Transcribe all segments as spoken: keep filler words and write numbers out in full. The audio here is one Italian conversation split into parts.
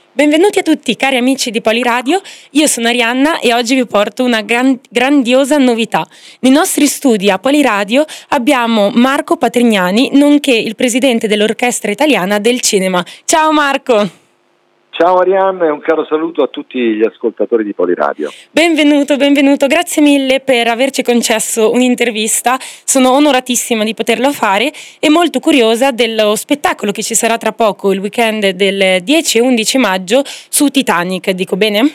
Benvenuti a tutti cari amici di Poliradio, io sono Arianna e oggi vi porto una gran- grandiosa novità. Nei nostri studi a Poliradio abbiamo Marco Patrignani, nonché il presidente dell'Orchestra Italiana del Cinema. Ciao Marco! Ciao Arianna e un caro saluto a tutti gli ascoltatori di Poliradio. Benvenuto, benvenuto, grazie mille per averci concesso un'intervista, sono onoratissima di poterlo fare e molto curiosa dello spettacolo che ci sarà tra poco, il weekend del dieci e undici maggio su Titanic, dico bene?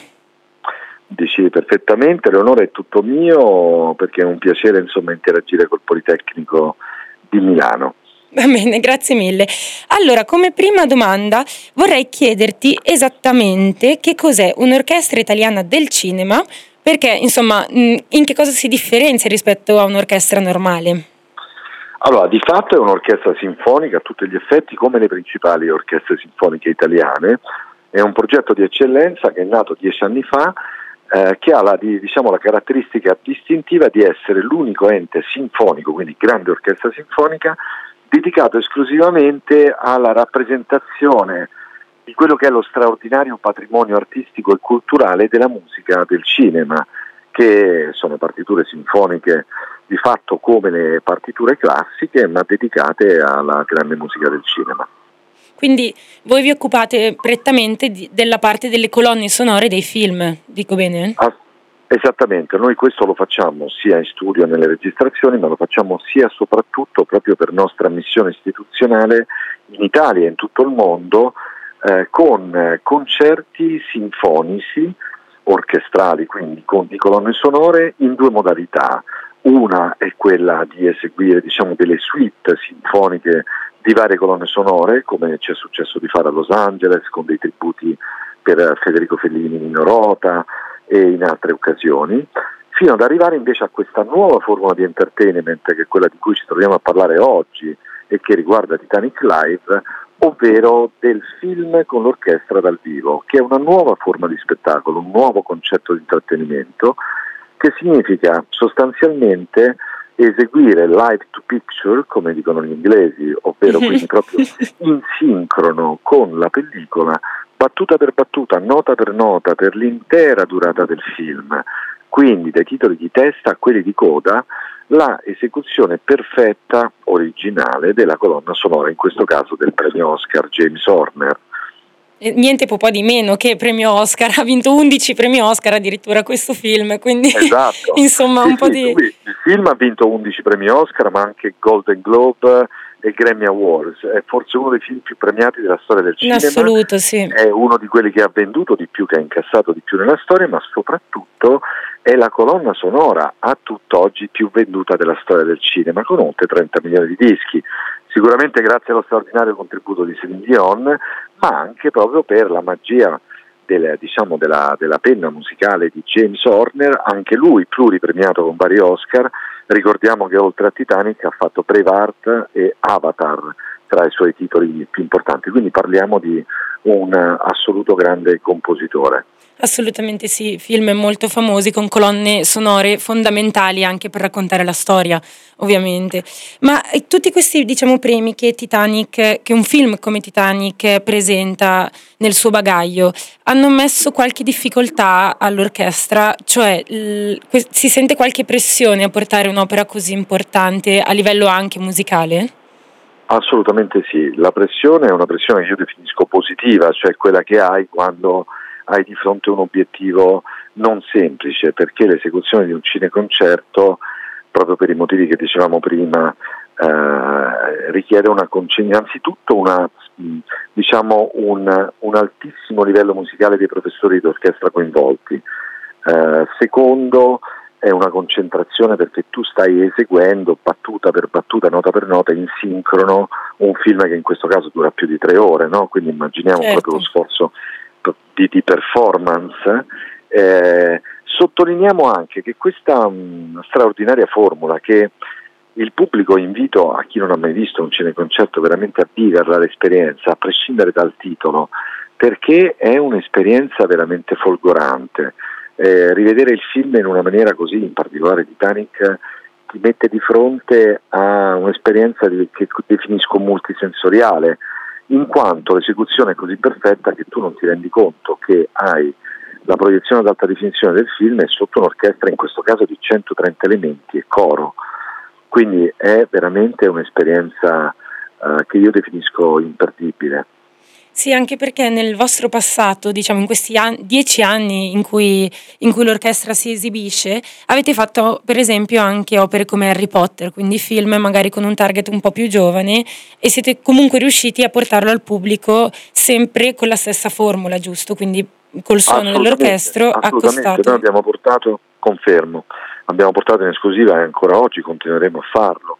Dici perfettamente, l'onore è tutto mio perché è un piacere insomma interagire col Politecnico di Milano. Va bene, grazie mille. Allora, come prima domanda vorrei chiederti esattamente che cos'è un'orchestra italiana del cinema, perché insomma in che cosa si differenzia rispetto a un'orchestra normale? Allora, di fatto è un'orchestra sinfonica a tutti gli effetti come le principali orchestre sinfoniche italiane, è un progetto di eccellenza che è nato dieci anni fa, eh, che ha la, di, diciamo, la caratteristica distintiva di essere l'unico ente sinfonico, quindi grande orchestra sinfonica, dedicato esclusivamente alla rappresentazione di quello che è lo straordinario patrimonio artistico e culturale della musica del cinema, che sono partiture sinfoniche di fatto come le partiture classiche, ma dedicate alla grande musica del cinema. Quindi voi vi occupate prettamente di, della parte delle colonne sonore dei film, dico bene? Ah, esattamente, noi questo lo facciamo sia in studio nelle registrazioni, ma lo facciamo sia soprattutto proprio per nostra missione istituzionale in Italia e in tutto il mondo, eh, con concerti sinfonici, orchestrali, quindi con di colonne sonore in due modalità. Una è quella di eseguire diciamo delle suite sinfoniche di varie colonne sonore, come ci è successo di fare a Los Angeles con dei tributi per Federico Fellini, Nino Rota e in altre occasioni, fino ad arrivare invece a questa nuova formula di entertainment che è quella di cui ci troviamo a parlare oggi e che riguarda Titanic Live, ovvero del film con l'orchestra dal vivo, che è una nuova forma di spettacolo, un nuovo concetto di intrattenimento che significa sostanzialmente eseguire live to picture, come dicono gli inglesi, ovvero quindi proprio in sincrono con la pellicola, battuta per battuta, nota per nota, per l'intera durata del film, quindi dai titoli di testa a quelli di coda, la esecuzione perfetta, originale, della colonna sonora, in questo caso del premio Oscar James Horner. Niente po' di meno che premio Oscar, ha vinto undici premi Oscar addirittura questo film, quindi esatto. insomma sì, un po' sì, di... Lui, il film ha vinto undici premi Oscar, ma anche Golden Globe e Grammy Awards, è forse uno dei film più premiati della storia del cinema. In assoluto, sì. È uno di quelli che ha venduto di più, che ha incassato di più nella storia, ma soprattutto è la colonna sonora a tutt'oggi più venduta della storia del cinema, con oltre trenta milioni di dischi. Sicuramente grazie allo straordinario contributo di Céline Dion, ma anche proprio per la magia del, diciamo, della, della penna musicale di James Horner, anche lui pluripremiato con vari Oscar. Ricordiamo che oltre a Titanic ha fatto Braveheart e Avatar tra i suoi titoli più importanti, quindi parliamo di un assoluto grande compositore. Assolutamente sì, film molto famosi con colonne sonore fondamentali anche per raccontare la storia, ovviamente. Ma tutti questi, diciamo, premi che Titanic, che un film come Titanic presenta nel suo bagaglio, hanno messo qualche difficoltà all'orchestra, cioè l- si sente qualche pressione a portare un'opera così importante a livello anche musicale? Assolutamente sì, la pressione è una pressione che io definisco positiva, cioè quella che hai quando hai di fronte un obiettivo non semplice, perché l'esecuzione di un cineconcerto, proprio per i motivi che dicevamo prima, eh, richiede una concegna, innanzitutto una, diciamo un, un altissimo livello musicale dei professori d'orchestra coinvolti, eh, secondo è una concentrazione perché tu stai eseguendo battuta per battuta, nota per nota, in sincrono un film che in questo caso dura più di tre ore, no? Quindi immaginiamo certo. proprio lo sforzo di, di performance. Eh, sottolineiamo anche che questa mh, straordinaria formula che il pubblico, invito a chi non ha mai visto un cineconcerto veramente a viverla l'esperienza, a prescindere dal titolo, perché è un'esperienza veramente folgorante. Eh, rivedere il film in una maniera così, in particolare Titanic, ti mette di fronte a un'esperienza di, che definisco multisensoriale, in quanto l'esecuzione è così perfetta che tu non ti rendi conto che hai la proiezione ad alta definizione del film e sotto un'orchestra, in questo caso di centotrenta elementi e coro, quindi è veramente un'esperienza uh, che io definisco imperdibile. Sì, anche perché nel vostro passato, diciamo in questi an- dieci anni in cui, in cui l'orchestra si esibisce, avete fatto per esempio anche opere come Harry Potter, quindi film magari con un target un po' più giovane, e siete comunque riusciti a portarlo al pubblico sempre con la stessa formula, giusto? Quindi col suono dell'orchestra assolutamente. accostato. Noi abbiamo portato, confermo, abbiamo portato in esclusiva e ancora oggi continueremo a farlo,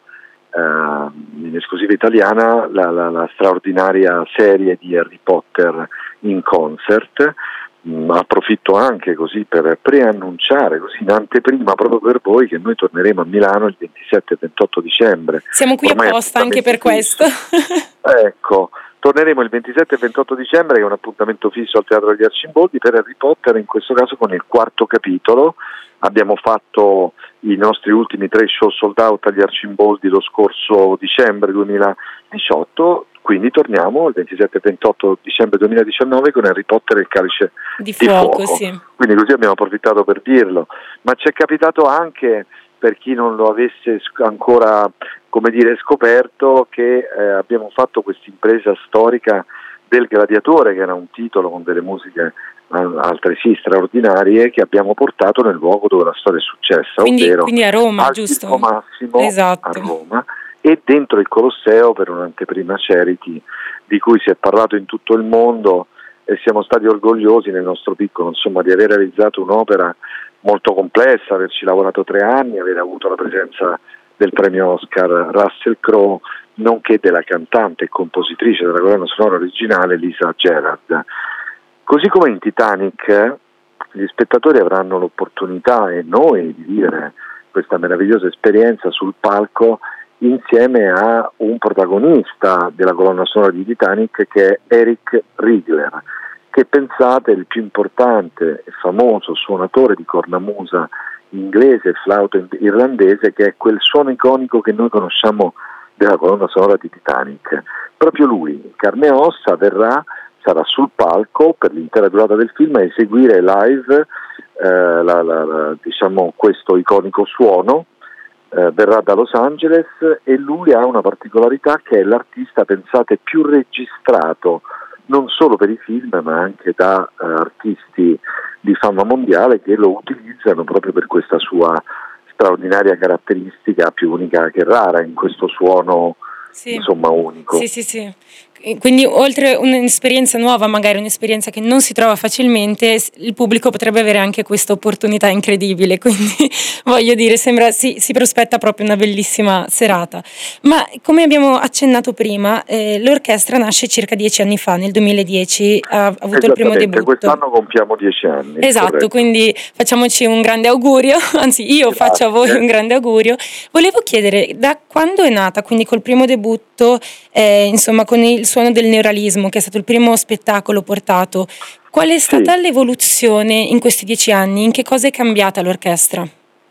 Uh, in esclusiva italiana la, la, la straordinaria serie di Harry Potter in concert. Mm, approfitto anche così per preannunciare, così in anteprima proprio per voi, che noi torneremo a Milano il ventisette e ventotto dicembre. Siamo qui Ormai apposta anche per fisso. questo. Ecco, torneremo il ventisette e ventotto dicembre, che è un appuntamento fisso al Teatro degli Arcimboldi per Harry Potter, in questo caso con il quarto capitolo. Abbiamo fatto i nostri ultimi tre show sold out agli Arcimboldi lo scorso dicembre duemiladiciotto, quindi torniamo il ventisette e ventotto dicembre duemiladiciannove con Harry Potter e il Calice di di fuoco, fuoco. Sì. Quindi così abbiamo approfittato per dirlo, ma ci è capitato anche, per chi non lo avesse ancora, come dire, scoperto, che eh, abbiamo fatto questa impresa storica del Gladiatore, che era un titolo con delle musiche altresì straordinarie, che abbiamo portato nel luogo dove la storia è successa, quindi, ovvero quindi a Roma, al giusto? Circo Massimo, esatto. a Roma, e dentro il Colosseo per un'anteprima charity di cui si è parlato in tutto il mondo, e siamo stati orgogliosi nel nostro piccolo, insomma, di aver realizzato un'opera molto complessa, averci lavorato tre anni, aver avuto la presenza del premio Oscar Russell Crowe, nonché della cantante e compositrice della colonna sonora originale Lisa Gerrard. Così come in Titanic, gli spettatori avranno l'opportunità, e noi, di vivere questa meravigliosa esperienza sul palco insieme a un protagonista della colonna sonora di Titanic, che è Eric Rigler, che, pensate, è il più importante e famoso suonatore di cornamusa inglese e flauto irlandese, che è quel suono iconico che noi conosciamo della colonna sonora di Titanic. Proprio lui, in carne e ossa, verrà sarà sul palco per l'intera durata del film a eseguire live eh, la, la, la, diciamo, questo iconico suono. Eh, verrà da Los Angeles, e lui ha una particolarità, che è l'artista, pensate, più registrato non solo per i film ma anche da eh, artisti di fama mondiale, che lo utilizzano proprio per questa sua straordinaria caratteristica, più unica che rara, in questo suono, sì, insomma, unico. Sì, sì, sì. Quindi, oltre un'esperienza nuova, magari un'esperienza che non si trova facilmente, il pubblico potrebbe avere anche questa opportunità incredibile. Quindi, voglio dire, sembra si, si prospetta proprio una bellissima serata. Ma come abbiamo accennato prima, eh, l'orchestra nasce circa dieci anni fa, nel duemiladieci ha avuto il primo debutto. Quest'anno compiamo dieci anni. Esatto, corretto. Quindi facciamoci un grande augurio, anzi io Grazie. faccio a voi un grande augurio. Volevo chiedere, da quando è nata, quindi col primo debutto, eh, insomma con il suono del neorealismo, che è stato il primo spettacolo portato, qual è stata sì. l'evoluzione in questi dieci anni? In che cosa è cambiata l'orchestra?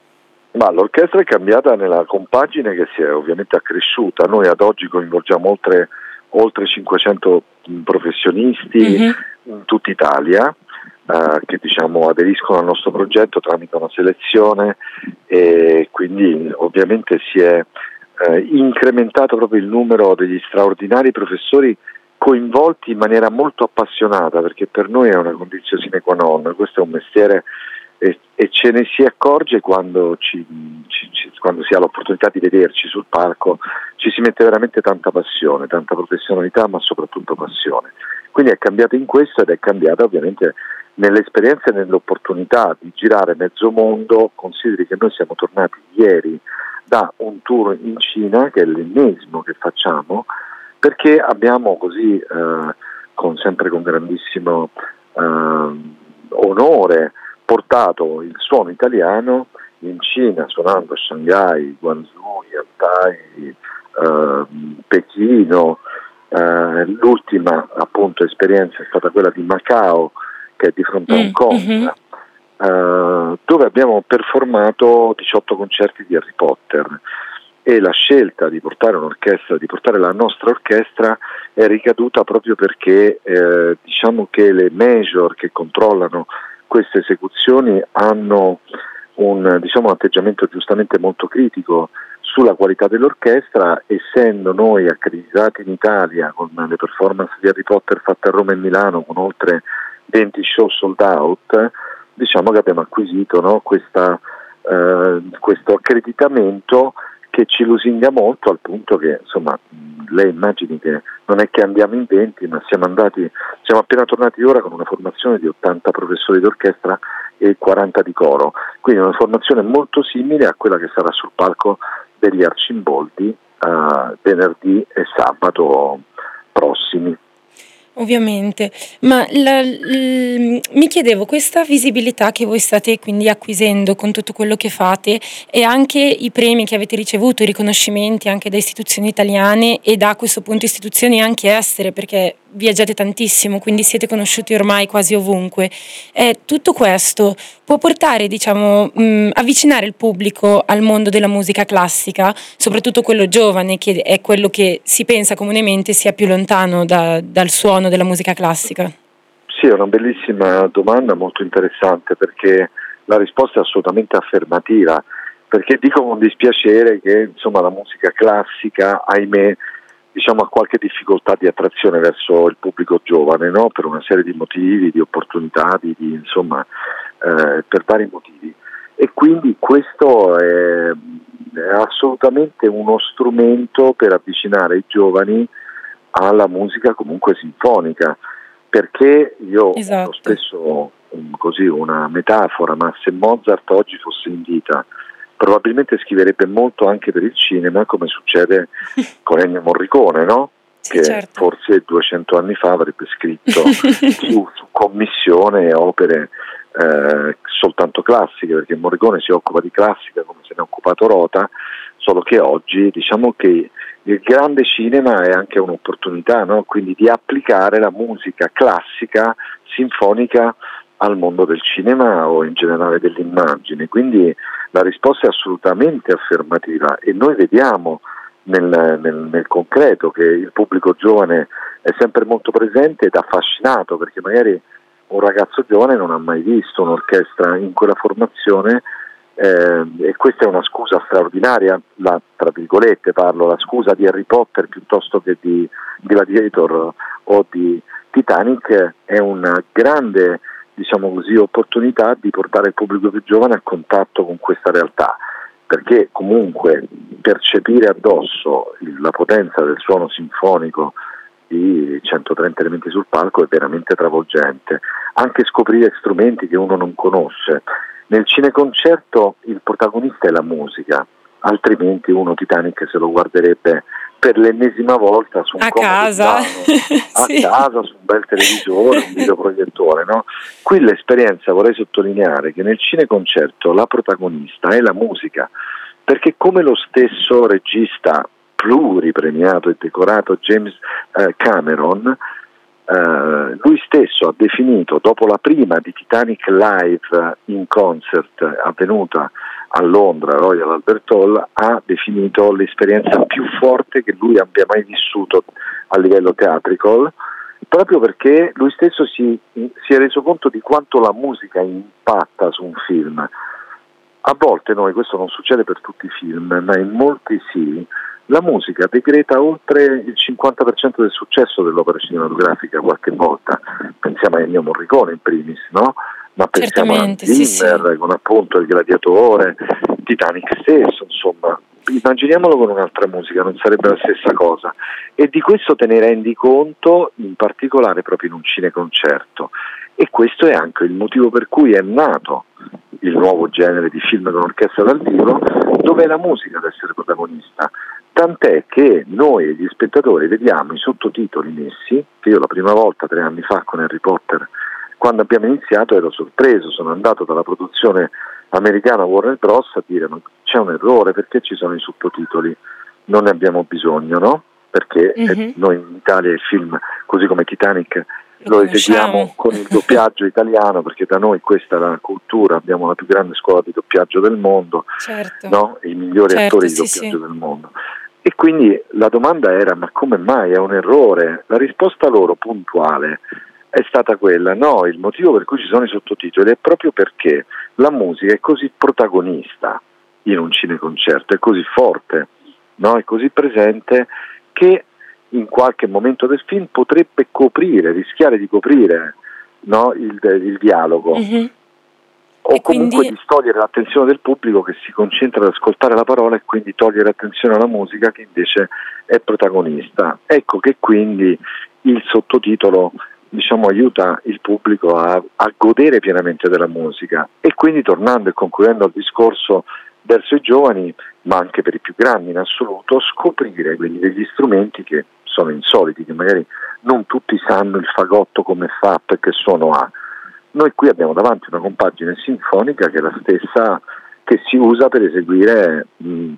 Ma l'orchestra è cambiata nella compagine, che si è ovviamente accresciuta. Noi ad oggi coinvolgiamo oltre, oltre cinquecento professionisti mm-hmm. in tutta Italia, Uh, che diciamo aderiscono al nostro progetto tramite una selezione, e quindi ovviamente si è uh, incrementato proprio il numero degli straordinari professori coinvolti in maniera molto appassionata, perché per noi è una condizione sine qua non. Questo è un mestiere e, e ce ne si accorge quando, ci, ci, ci, quando si ha l'opportunità di vederci sul palco, ci si mette veramente tanta passione, tanta professionalità, ma soprattutto passione. Quindi è cambiata in questo, ed è cambiata ovviamente nell'esperienza e nell'opportunità di girare mezzo mondo. Consideri che noi siamo tornati ieri da un tour in Cina, che è l'ennesimo che facciamo, perché abbiamo così, eh, con, sempre con grandissimo eh, onore, portato il suono italiano in Cina, suonando a Shanghai, Guangzhou, Yantai, eh, Pechino. Eh, l'ultima appunto esperienza è stata quella di Macao, che è di fronte a Hong Kong, mm-hmm. uh, dove abbiamo performato diciotto concerti di Harry Potter. e la scelta di portare un'orchestra, di portare la nostra orchestra è ricaduta proprio perché eh, diciamo che le major che controllano queste esecuzioni hanno un, diciamo, un atteggiamento giustamente molto critico sulla qualità dell'orchestra, essendo noi accreditati in Italia con le performance di Harry Potter fatte a Roma e Milano con oltre venti show sold out, diciamo che abbiamo acquisito, no, questa, eh, questo accreditamento che ci lusinga molto, al punto che, insomma, lei immagini che non è che andiamo in venti, ma siamo andati, siamo appena tornati ora con una formazione di ottanta professori d'orchestra e quaranta di coro, quindi una formazione molto simile a quella che sarà sul palco degli Arcimboldi eh, venerdì e sabato prossimi. Ovviamente, ma la, l, mi chiedevo, questa visibilità che voi state quindi acquisendo con tutto quello che fate e anche i premi che avete ricevuto, i riconoscimenti anche da istituzioni italiane e da a questo punto istituzioni anche estere, perché viaggiate tantissimo, quindi siete conosciuti ormai quasi ovunque, eh, tutto questo può portare, diciamo, mh, avvicinare il pubblico al mondo della musica classica, soprattutto quello giovane, che è quello che si pensa comunemente sia più lontano da, dal suono della musica classica? Sì, è una bellissima domanda, molto interessante, perché la risposta è assolutamente affermativa, perché dico con dispiacere che, insomma, la musica classica, ahimè, diciamo, ha qualche difficoltà di attrazione verso il pubblico giovane, no? Per una serie di motivi, di opportunità, di, di insomma, eh, per vari motivi. E quindi questo è, è assolutamente uno strumento per avvicinare i giovani alla musica comunque sinfonica, perché io esatto. ho spesso um, così una metafora, ma se Mozart oggi fosse in vita probabilmente scriverebbe molto anche per il cinema, come succede con Ennio Morricone, no? Sì, che certo. forse duecento anni fa avrebbe scritto su, su commissione opere eh, soltanto classiche, perché Morricone si occupa di classica come se ne ha occupato Rota, solo che oggi diciamo che il grande cinema è anche un'opportunità, no? Quindi di applicare la musica classica sinfonica al mondo del cinema o in generale dell'immagine, quindi la risposta è assolutamente affermativa e noi vediamo nel, nel, nel concreto che il pubblico giovane è sempre molto presente ed affascinato, perché magari un ragazzo giovane non ha mai visto un'orchestra in quella formazione eh, e questa è una scusa straordinaria, la, tra virgolette parlo, la scusa di Harry Potter piuttosto che di Gladiator o di Titanic è una grande, diciamo così, opportunità di portare il pubblico più giovane a contatto con questa realtà, perché comunque percepire addosso il, la potenza del suono sinfonico di centotrenta elementi sul palco è veramente travolgente, anche scoprire strumenti che uno non conosce. Nel cineconcerto il protagonista è la musica, altrimenti uno Titanic se lo guarderebbe per l'ennesima volta su un a casa a sì. casa su un bel televisore, un videoproiettore, no? Qui l'esperienza, vorrei sottolineare che nel cineconcerto la protagonista è la musica, perché come lo stesso regista pluripremiato e decorato James eh, Cameron, eh, lui stesso ha definito, dopo la prima di Titanic live in concert avvenuta a Londra, Royal Albert Hall, ha definito l'esperienza più forte che lui abbia mai vissuto a livello theatrical, proprio perché lui stesso si, si è reso conto di quanto la musica impatta su un film. A volte noi, questo non succede per tutti i film, ma in molti sì, la musica decreta oltre il cinquanta per cento del successo dell'opera cinematografica qualche volta. Pensiamo a Ennio Morricone in primis, no? Ma pensiamo a Zimmer, sì, sì. con appunto Il Gladiatore, Titanic stesso, insomma. Immaginiamolo con un'altra musica, non sarebbe la stessa cosa. E di questo te ne rendi conto in particolare proprio in un cineconcerto. E questo è anche il motivo per cui è nato il nuovo genere di film con orchestra dal vivo, dove è la musica ad essere protagonista. Tant'è che noi e gli spettatori vediamo i sottotitoli messi, che io la prima volta tre anni fa con Harry Potter, quando abbiamo iniziato ero sorpreso, sono andato dalla produzione americana Warner Bros a dire ma c'è un errore, perché ci sono i sottotitoli? Non ne abbiamo bisogno, no? Perché mm-hmm. noi in Italia il film, così come Titanic, lo, lo eseguiamo con il doppiaggio italiano, perché da noi questa è la cultura, abbiamo la più grande scuola di doppiaggio del mondo, certo. no? I migliori certo, attori di sì, doppiaggio sì. del mondo. E quindi la domanda era: ma come mai? È un errore? La risposta loro puntuale è stata quella: no, il motivo per cui ci sono i sottotitoli è proprio perché la musica è così protagonista in un cineconcerto, è così forte, no? È così presente che in qualche momento del film potrebbe coprire, rischiare di coprire, no, il, il dialogo, mm-hmm. o e comunque quindi... di togliere l'attenzione del pubblico, che si concentra ad ascoltare la parola, e quindi togliere attenzione alla musica che invece è protagonista. Ecco che quindi il sottotitolo, diciamo, aiuta il pubblico a, a godere pienamente della musica. E quindi, tornando e concludendo il discorso verso i giovani, ma anche per i più grandi in assoluto, scoprire quindi degli strumenti che sono insoliti, che magari non tutti sanno il fagotto come fa, perché suono ha. Noi qui abbiamo davanti una compagine sinfonica che è la stessa che si usa per eseguire mh,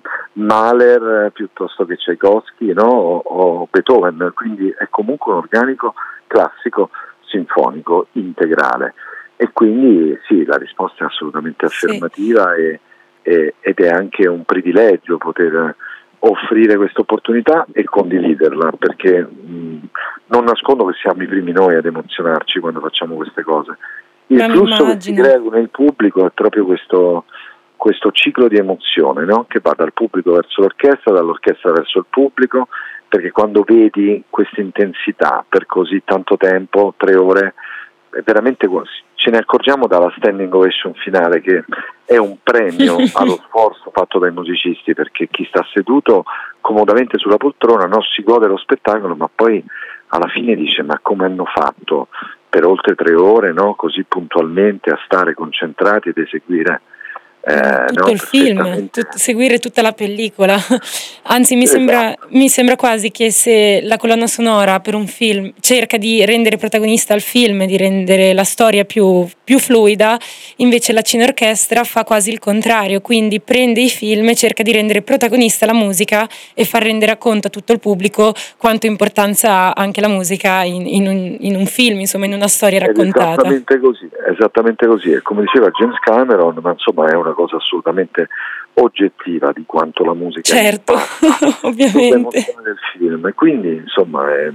Mahler piuttosto che Tchaikovsky, no? o, o Beethoven, quindi è comunque un organico classico sinfonico integrale. E quindi sì, la risposta è assolutamente affermativa, sì. e, e, ed è anche un privilegio poter offrire questa opportunità e condividerla, perché mh, non nascondo che siamo i primi noi ad emozionarci quando facciamo queste cose. Il Ma flusso che si crea nel pubblico è proprio questo, questo ciclo di emozione, no? Che va dal pubblico verso l'orchestra, dall'orchestra verso il pubblico, perché quando vedi questa intensità per così tanto tempo, tre ore, è veramente, ce ne accorgiamo dalla standing ovation finale, che è un premio allo sforzo fatto dai musicisti, perché chi sta seduto comodamente sulla poltrona, no, si gode lo spettacolo, ma poi alla fine dice: ma come hanno fatto per oltre tre ore, no, così puntualmente a stare concentrati ed eseguire eh, tutto no, il film, tut- seguire tutta la pellicola. Anzi, mi, esatto. sembra, mi sembra quasi che se la colonna sonora per un film cerca di rendere protagonista il film, di rendere la storia più, più fluida, invece la cineorchestra fa quasi il contrario, quindi prende i film e cerca di rendere protagonista la musica e far rendere conto a tutto il pubblico quanto importanza ha anche la musica in, in, un, in un film, insomma, in una storia raccontata. Ed esattamente così, esattamente così, e come diceva James Cameron, ma insomma è una cosa assolutamente oggettiva di quanto la musica certo, ovviamente sull'emozione del film, e quindi insomma è,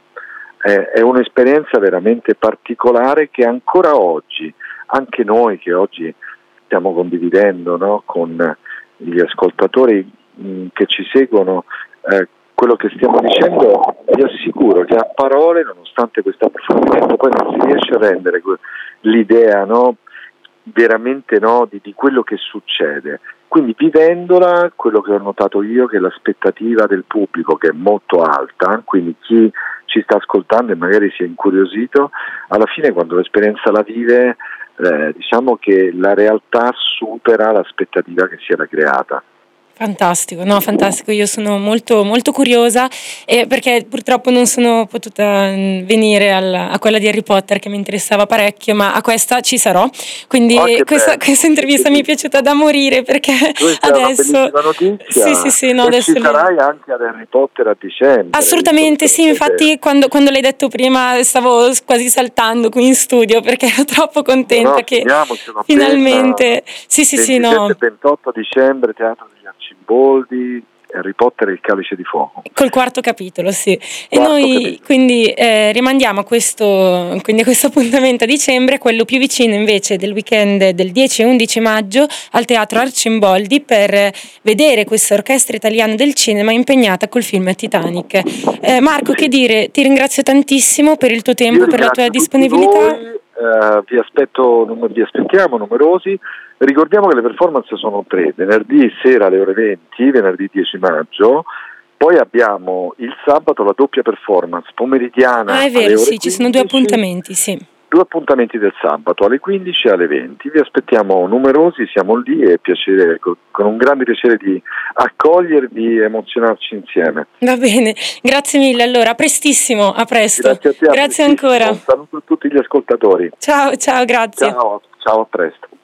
è, è un'esperienza veramente particolare che ancora oggi, anche noi che oggi stiamo condividendo, no, con gli ascoltatori mh, che ci seguono, eh, quello che stiamo dicendo, vi assicuro che a parole, nonostante questo approfondimento, poi non si riesce a rendere l'idea, no, veramente, no, di, di quello che succede. Quindi vivendola, quello che ho notato io, che l'aspettativa del pubblico, che è molto alta, quindi chi ci sta ascoltando e magari si è incuriosito, alla fine quando l'esperienza la vive, eh, diciamo che la realtà supera l'aspettativa che si era creata. Fantastico, no, fantastico, io sono molto molto curiosa, eh, perché purtroppo non sono potuta venire al, a quella di Harry Potter, che mi interessava parecchio, ma a questa ci sarò, quindi oh, questa, questa intervista mi è piaciuta da morire, perché questa adesso è una bellissima notizia, sì, sì, sì, no, e adesso ci sarai le... anche ad Harry Potter a dicembre. Assolutamente sì, infatti quando, quando l'hai detto prima stavo quasi saltando qui in studio, perché ero troppo contenta, no, che finalmente sì sì sì no ventotto dicembre, Teatro degli Arcimboldi, Harry Potter e il Calice di Fuoco. Col quarto capitolo, sì. Quarto e noi capitolo. quindi eh, rimandiamo a questo, quindi a questo appuntamento a dicembre, quello più vicino invece del weekend del dieci e undici maggio al Teatro Arcimboldi, per vedere questa orchestra italiana del cinema impegnata col film Titanic. Eh, Marco, sì. Che dire, ti ringrazio tantissimo per il tuo tempo, Io per la tua disponibilità. Voi, eh, vi aspetto, vi aspettiamo numerosi. Ricordiamo che le performance sono tre: venerdì sera alle ore venti, venerdì dieci maggio, poi abbiamo il sabato la doppia performance pomeridiana. Ah, è vero, alle ore sì, quindici, ci sono due appuntamenti, sì. Due appuntamenti del sabato alle quindici e alle venti. Vi aspettiamo numerosi, siamo lì, e piacere, con un grande piacere di accogliervi e emozionarci insieme. Va bene, grazie mille, allora, a prestissimo, a presto. Grazie a te, a grazie ancora. Un saluto a tutti gli ascoltatori. Ciao, ciao, grazie. Ciao, ciao, a presto.